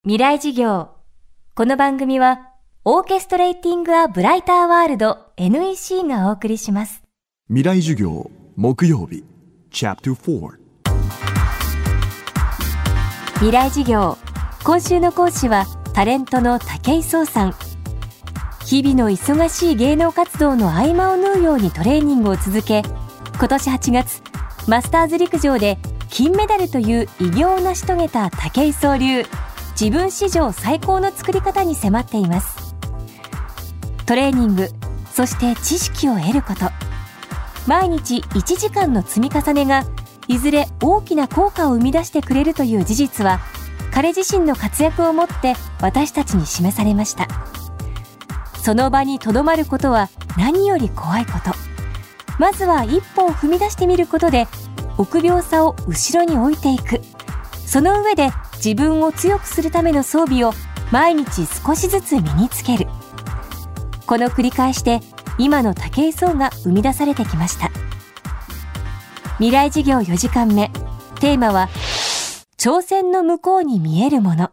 未来事業。この番組はオーケストレーティング・ア・ブライター・ワールド NEC がお送りします。 未来授業木曜日チャプター4。 未来事業。今週の講師はタレントの武井壮さん。日々の忙しい芸能活動の合間を縫うようにトレーニングを続け、今年8月マスターズ陸上で金メダルという偉業を成し遂げた武井壮流自分史上最高の作り方に迫っています。トレーニング、そして知識を得ること、毎日1時間の積み重ねがいずれ大きな効果を生み出してくれるという事実は、彼自身の活躍をもって私たちに示されました。その場にとどまることは何より怖いこと。まずは一歩を踏み出してみることで臆病さを後ろに置いていく。その上で自分を強くするための装備を毎日少しずつ身につける。この繰り返しで今の武井壮が生み出されてきました。未来事業4時間目、テーマは挑戦の向こうに見えるもの。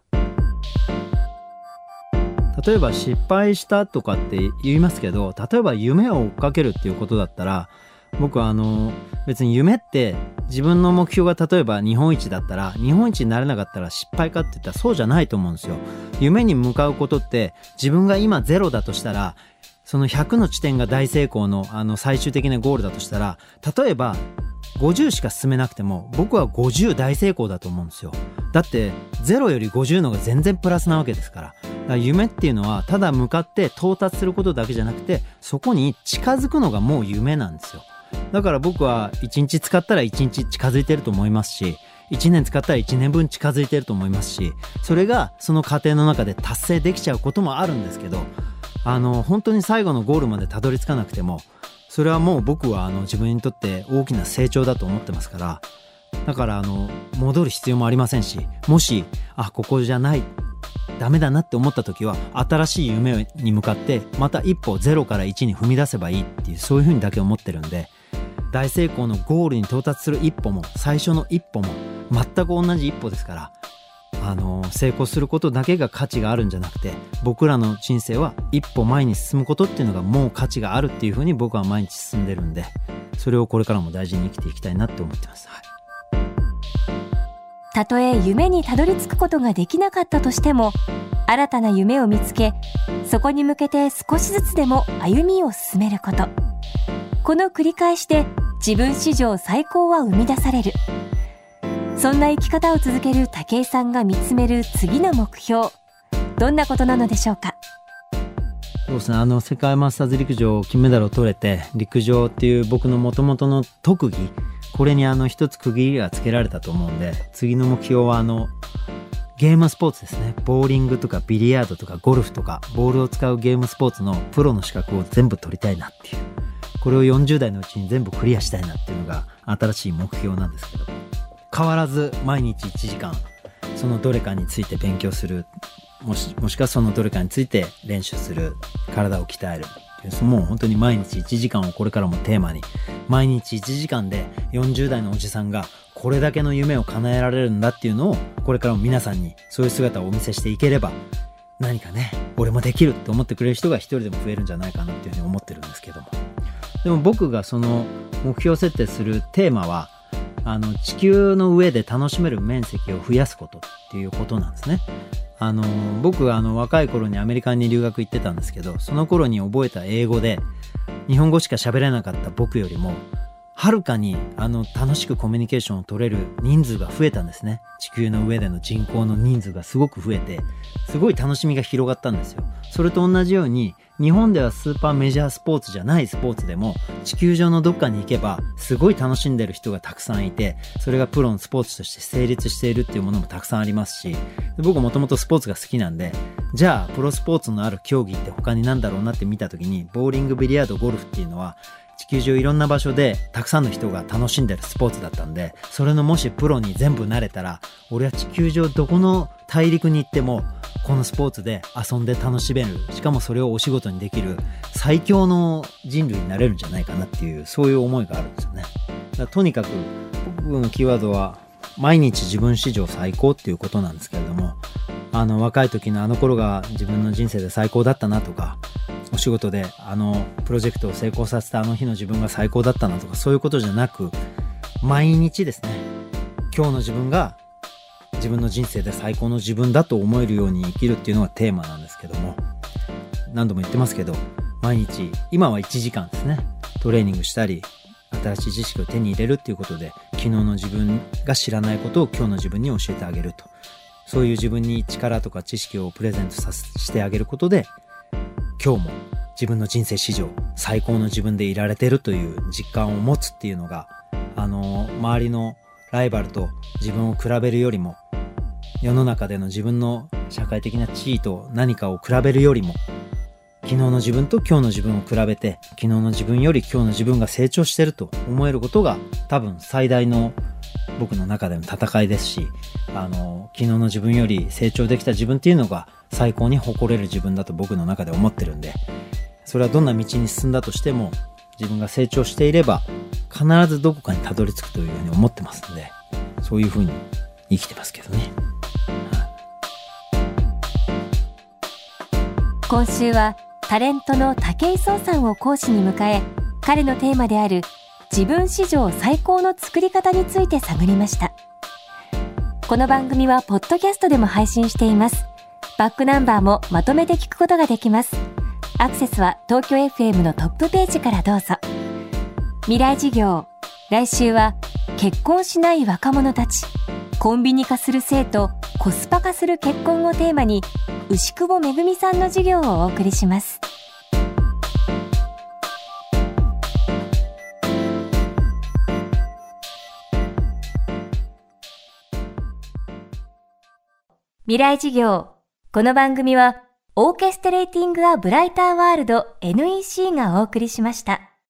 例えば失敗したとかって言いますけど、例えば夢を追っかけるっていうことだったら、僕は別に夢って自分の目標が例えば日本一だったら、日本一になれなかったら失敗かって言ったらそうじゃないと思うんですよ。夢に向かうことって、自分が今0だとしたらその100の地点が大成功の最終的なゴールだとしたら、例えば50しか進めなくても僕は50大成功だと思うんですよ。だって0より50の方が全然プラスなわけですから。だから夢っていうのはただ向かって到達することだけじゃなくて、そこに近づくのがもう夢なんですよ。だから僕は1日使ったら1日近づいてると思いますし、1年使ったら1年分近づいてると思いますし、それがその過程の中で達成できちゃうこともあるんですけど、本当に最後のゴールまでたどり着かなくても、それはもう僕は自分にとって大きな成長だと思ってますから、だから戻る必要もありませんし、もしここじゃない、ダメだなって思った時は新しい夢に向かってまた一歩0から1に踏み出せばいいっていう、そういう風にだけ思ってるんで、大成功のゴールに到達する一歩も最初の一歩も全く同じ一歩ですから、成功することだけが価値があるんじゃなくて、僕らの人生は一歩前に進むことっていうのがもう価値があるっていう風に僕は毎日進んでるんで、それをこれからも大事に生きていきたいなって思ってます。 たとえ夢にたどり着くことができなかったとしても、新たな夢を見つけ、そこに向けて少しずつでも歩みを進めること。この繰り返しで自分史上最高は生み出される。そんな生き方を続ける武井さんが見つめる次の目標、どんなことなのでしょうか。 そうですね、世界マスターズ陸上金メダルを取れて、陸上っていう僕の元々の特技、これに一つ区切りがつけられたと思うんで、次の目標はゲームスポーツですね。ボーリングとかビリヤードとかゴルフとかボールを使うゲームスポーツのプロの資格を全部取りたいなっていう、これを40代のうちに全部クリアしたいなっていうのが新しい目標なんですけど、変わらず毎日1時間そのどれかについて勉強する、もしくはそのどれかについて練習する、体を鍛える、もう本当に毎日1時間をこれからもテーマに、毎日1時間で40代のおじさんがこれだけの夢を叶えられるんだっていうのを、これからも皆さんにそういう姿をお見せしていければ、何かね、俺もできるって思ってくれる人が一人でも増えるんじゃないかなっていうふうに思ってるんですけども、でも僕がその目標設定するテーマは、地球の上で楽しめる面積を増やすことっていうことなんですね。僕若い頃にアメリカに留学行ってたんですけど、その頃に覚えた英語で日本語しか喋れなかった僕よりもはるかに楽しくコミュニケーションを取れる人数が増えたんですね。地球の上での人口の人数がすごく増えて、すごい楽しみが広がったんですよ。それと同じように、日本ではスーパーメジャースポーツじゃないスポーツでも地球上のどっかに行けばすごい楽しんでる人がたくさんいて、それがプロのスポーツとして成立しているっていうものもたくさんありますし、僕もともとスポーツが好きなんで、じゃあプロスポーツのある競技って他になんだろうなって見た時に、ボーリング、ビリヤード、ゴルフっていうのは地球上いろんな場所でたくさんの人が楽しんでるスポーツだったんで、それのもしプロに全部なれたら、俺は地球上どこの大陸に行ってもこのスポーツで遊んで楽しめる、しかもそれをお仕事にできる最強の人類になれるんじゃないかなっていう、そういう思いがあるんですよね。だからとにかく僕のキーワードは毎日自分史上最高っていうことなんですけれども、 若い時の頃が自分の人生で最高だったなとか、お仕事でプロジェクトを成功させた日の自分が最高だったなとか、そういうことじゃなく、毎日ですね、今日の自分が自分の人生で最高の自分だと思えるように生きるっていうのがテーマなんですけども、何度も言ってますけど、毎日今は1時間ですね、トレーニングしたり新しい知識を手に入れるっていうことで、昨日の自分が知らないことを今日の自分に教えてあげると、そういう自分に力とか知識をプレゼントしてあげることで、今日も自分の人生史上最高の自分でいられてるという実感を持つっていうのが、周りのライバルと自分を比べるよりも、世の中での自分の社会的な地位と何かを比べるよりも、昨日の自分と今日の自分を比べて、昨日の自分より今日の自分が成長してると思えることが、多分最大の僕の中での戦いですし、昨日の自分より成長できた自分っていうのが最高に誇れる自分だと僕の中で思ってるんで、それはどんな道に進んだとしても、自分が成長していれば必ずどこかにたどり着くというふうに思ってますので、そういうふうに生きてますけどね。 今週はタレントの武井壮さんを講師に迎え、彼のテーマである自分史上最高の作り方について探りました。この番組はポッドキャストでも配信しています。バックナンバーもまとめて聞くことができます。アクセスは東京 FM のトップページからどうぞ。未来事業、来週は結婚しない若者たち、コンビニ化する性とコスパ化する結婚をテーマに、牛久保めさんの授業をお送りします。未来事業。この番組はオーケストレーティング・ア・ブライター・ワールド NEC がお送りしました。